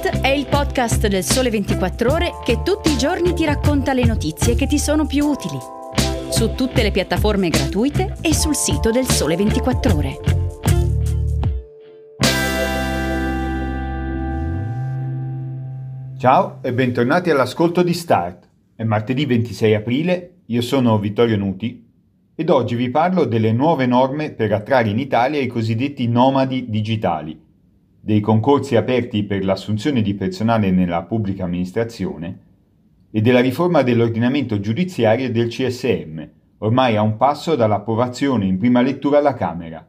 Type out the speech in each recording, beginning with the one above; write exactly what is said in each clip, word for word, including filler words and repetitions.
Start è il podcast del Sole ventiquattro Ore che tutti i giorni ti racconta le notizie che ti sono più utili. Su tutte le piattaforme gratuite e sul sito del Sole ventiquattro Ore. Ciao e bentornati all'ascolto di Start. È martedì ventisei aprile, io sono Vittorio Nuti ed oggi vi parlo delle nuove norme per attrarre in Italia i cosiddetti nomadi digitali, dei concorsi aperti per l'assunzione di personale nella pubblica amministrazione e della riforma dell'ordinamento giudiziario e del C S M, ormai a un passo dall'approvazione in prima lettura alla Camera.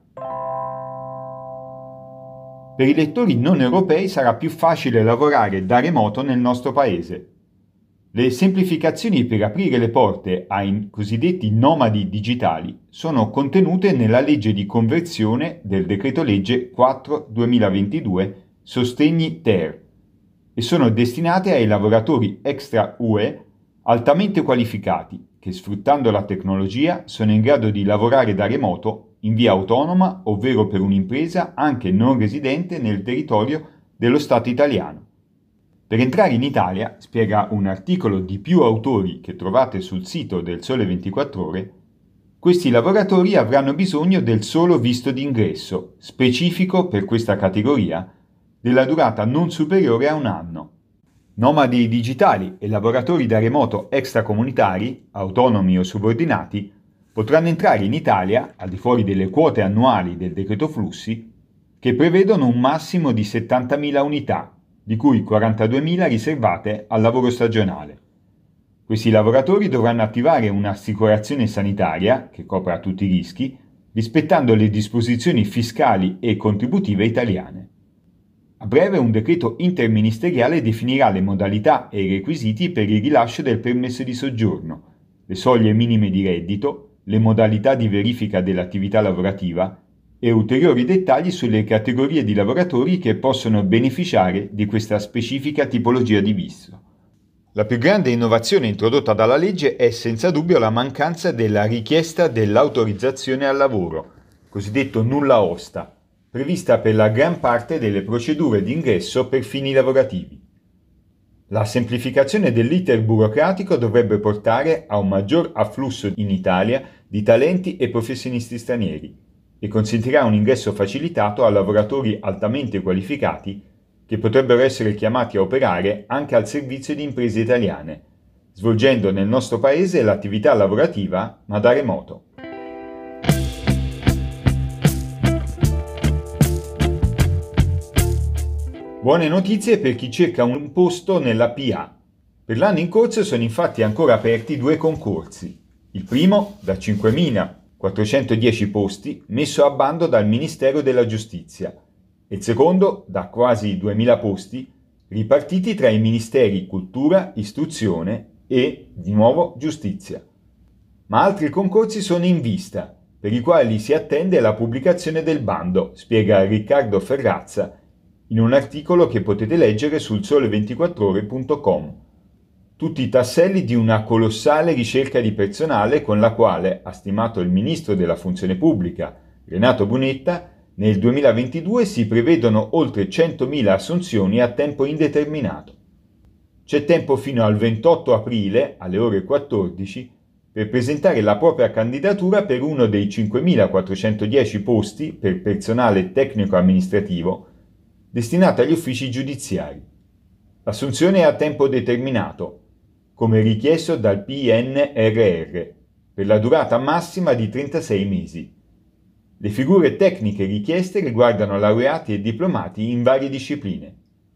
Per i lettori non europei sarà più facile lavorare da remoto nel nostro paese. Le semplificazioni per aprire le porte ai cosiddetti nomadi digitali sono contenute nella legge di conversione del decreto legge quattro duemilaventidue Sostegni Ter e sono destinate ai lavoratori extra U E altamente qualificati che, sfruttando la tecnologia, sono in grado di lavorare da remoto in via autonoma, ovvero per un'impresa anche non residente nel territorio dello Stato italiano. Per entrare in Italia, spiega un articolo di più autori che trovate sul sito del Sole ventiquattro Ore, questi lavoratori avranno bisogno del solo visto d'ingresso, specifico per questa categoria, della durata non superiore a un anno. Nomadi digitali e lavoratori da remoto extracomunitari, autonomi o subordinati, potranno entrare in Italia, al di fuori delle quote annuali del decreto flussi, che prevedono un massimo di settantamila unità, di cui quarantaduemila riservate al lavoro stagionale. Questi lavoratori dovranno attivare un'assicurazione sanitaria, che copra tutti i rischi, rispettando le disposizioni fiscali e contributive italiane. A breve un decreto interministeriale definirà le modalità e i requisiti per il rilascio del permesso di soggiorno, le soglie minime di reddito, le modalità di verifica dell'attività lavorativa e ulteriori dettagli sulle categorie di lavoratori che possono beneficiare di questa specifica tipologia di visto. La più grande innovazione introdotta dalla legge è senza dubbio la mancanza della richiesta dell'autorizzazione al lavoro, cosiddetto nulla osta, prevista per la gran parte delle procedure di ingresso per fini lavorativi. La semplificazione dell'iter burocratico dovrebbe portare a un maggior afflusso in Italia di talenti e professionisti stranieri e consentirà un ingresso facilitato a lavoratori altamente qualificati che potrebbero essere chiamati a operare anche al servizio di imprese italiane, svolgendo nel nostro paese l'attività lavorativa ma da remoto. Buone notizie per chi cerca un posto nella P A. Per l'anno in corso sono infatti ancora aperti due concorsi. Il primo, da cinquemilaquattrocentodieci posti, messo a bando dal Ministero della Giustizia, e il secondo, da quasi duemila posti, ripartiti tra i Ministeri Cultura, Istruzione e, di nuovo, Giustizia. Ma altri concorsi sono in vista, per i quali si attende la pubblicazione del bando, spiega Riccardo Ferrazza, in un articolo che potete leggere sul sole ventiquattro ore punto com. Tutti i tasselli di una colossale ricerca di personale con la quale, ha stimato il ministro della funzione pubblica, Renato Brunetta, nel duemilaventidue si prevedono oltre centomila assunzioni a tempo indeterminato. C'è tempo fino al ventotto aprile, alle ore quattordici, per presentare la propria candidatura per uno dei cinquemilaquattrocentodieci posti per personale tecnico-amministrativo destinato agli uffici giudiziari. L'assunzione è a tempo determinato, come richiesto dal P N R R, per la durata massima di trentasei mesi. Le figure tecniche richieste riguardano laureati e diplomati in varie discipline.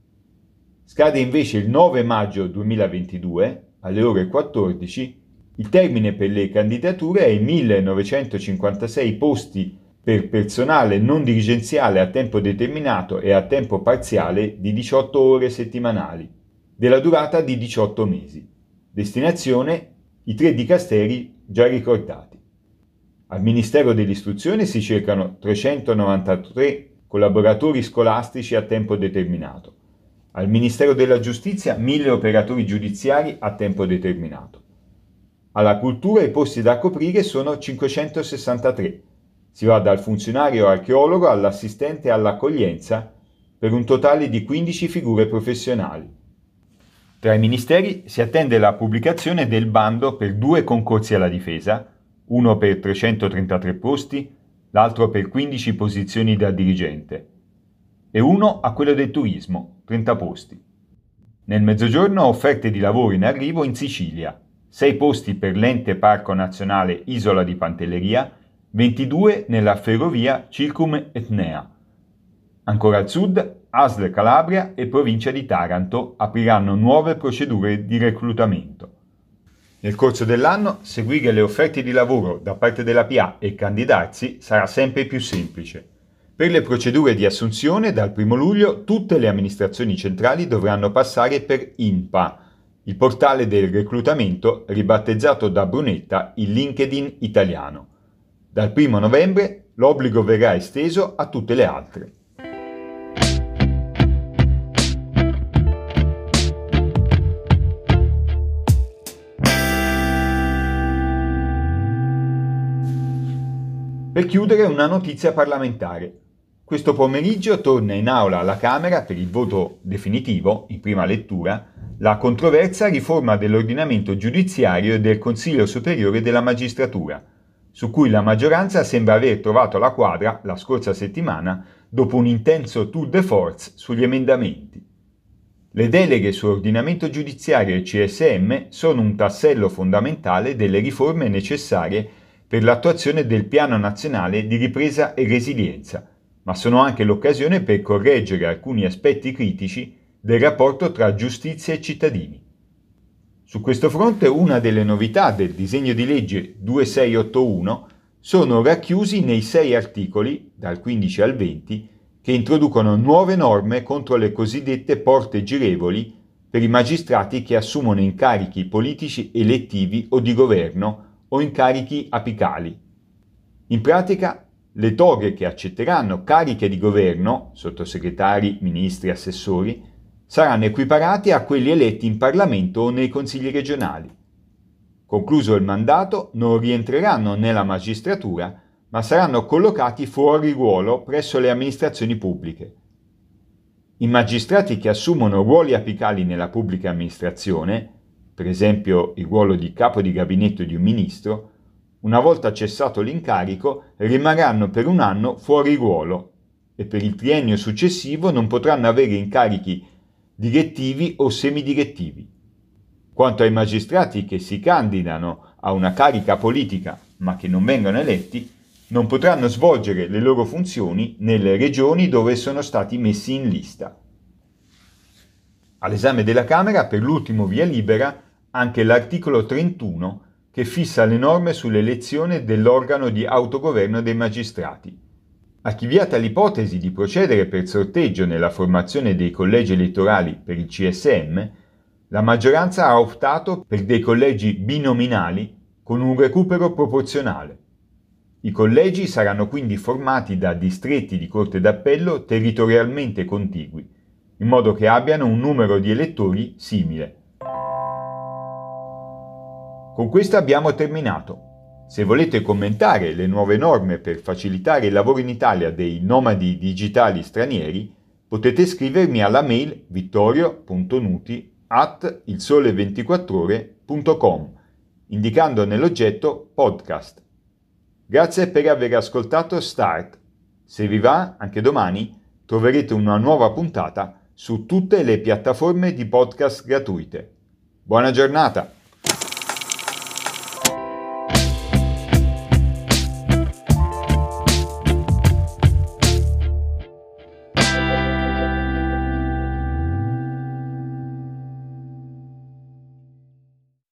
Scade invece il nove maggio duemilaventidue, alle ore quattordici, il termine per le candidature ai millenovecentocinquantasei posti per personale non dirigenziale a tempo determinato e a tempo parziale di diciotto ore settimanali, della durata di diciotto mesi. Destinazione: i tre dicasteri già ricordati. Al Ministero dell'Istruzione si cercano trecentonovantatré collaboratori scolastici a tempo determinato. Al Ministero della Giustizia mille operatori giudiziari a tempo determinato. Alla Cultura i posti da coprire sono cinquecentosessantatré. Si va dal funzionario archeologo all'assistente all'accoglienza per un totale di quindici figure professionali. Tra i ministeri si attende la pubblicazione del bando per due concorsi alla difesa, uno per trecentotrentatré posti, l'altro per quindici posizioni da dirigente, e uno a quello del turismo, trenta posti. Nel Mezzogiorno offerte di lavoro in arrivo in Sicilia, sei posti per l'Ente Parco Nazionale Isola di Pantelleria, ventidue nella ferrovia Circum Etnea. Ancora al sud, A S L Calabria e Provincia di Taranto apriranno nuove procedure di reclutamento. Nel corso dell'anno, seguire le offerte di lavoro da parte della P A e candidarsi sarà sempre più semplice. Per le procedure di assunzione, dal primo luglio, tutte le amministrazioni centrali dovranno passare per I N P A, il portale del reclutamento ribattezzato da Brunetta il LinkedIn italiano. Dal primo novembre l'obbligo verrà esteso a tutte le altre. Per chiudere, una notizia parlamentare. Questo pomeriggio torna in aula alla Camera per il voto definitivo, in prima lettura, la controversa riforma dell'ordinamento giudiziario e del Consiglio Superiore della Magistratura, su cui la maggioranza sembra aver trovato la quadra la scorsa settimana dopo un intenso tour de force sugli emendamenti. Le deleghe su ordinamento giudiziario e C S M sono un tassello fondamentale delle riforme necessarie per l'attuazione del Piano Nazionale di Ripresa e Resilienza, ma sono anche l'occasione per correggere alcuni aspetti critici del rapporto tra giustizia e cittadini. Su questo fronte, una delle novità del disegno di legge duemilasei ottantuno sono racchiusi nei sei articoli, dal quindici al venti, che introducono nuove norme contro le cosiddette porte girevoli per i magistrati che assumono incarichi politici elettivi o di governo o incarichi apicali. In pratica, le toghe che accetteranno cariche di governo, sottosegretari, ministri, assessori, saranno equiparati a quelli eletti in Parlamento o nei consigli regionali. Concluso il mandato, non rientreranno nella magistratura, ma saranno collocati fuori ruolo presso le amministrazioni pubbliche. I magistrati che assumono ruoli apicali nella pubblica amministrazione, per esempio il ruolo di capo di gabinetto di un ministro, una volta cessato l'incarico rimarranno per un anno fuori ruolo e per il triennio successivo non potranno avere incarichi direttivi o semidirettivi. Quanto ai magistrati che si candidano a una carica politica ma che non vengono eletti, non potranno svolgere le loro funzioni nelle regioni dove sono stati messi in lista. All'esame della Camera, per l'ultimo via libera, anche l'articolo trentuno che fissa le norme sull'elezione dell'organo di autogoverno dei magistrati. Archiviata l'ipotesi di procedere per sorteggio nella formazione dei collegi elettorali per il C S M, la maggioranza ha optato per dei collegi binominali con un recupero proporzionale. I collegi saranno quindi formati da distretti di Corte d'Appello territorialmente contigui, in modo che abbiano un numero di elettori simile. Con questo abbiamo terminato. Se volete commentare le nuove norme per facilitare il lavoro in Italia dei nomadi digitali stranieri, potete scrivermi alla mail vittorio punto nuti at il sole ventiquattro ore punto com, indicando nell'oggetto podcast. Grazie per aver ascoltato Start. Se vi va, anche domani troverete una nuova puntata su tutte le piattaforme di podcast gratuite. Buona giornata!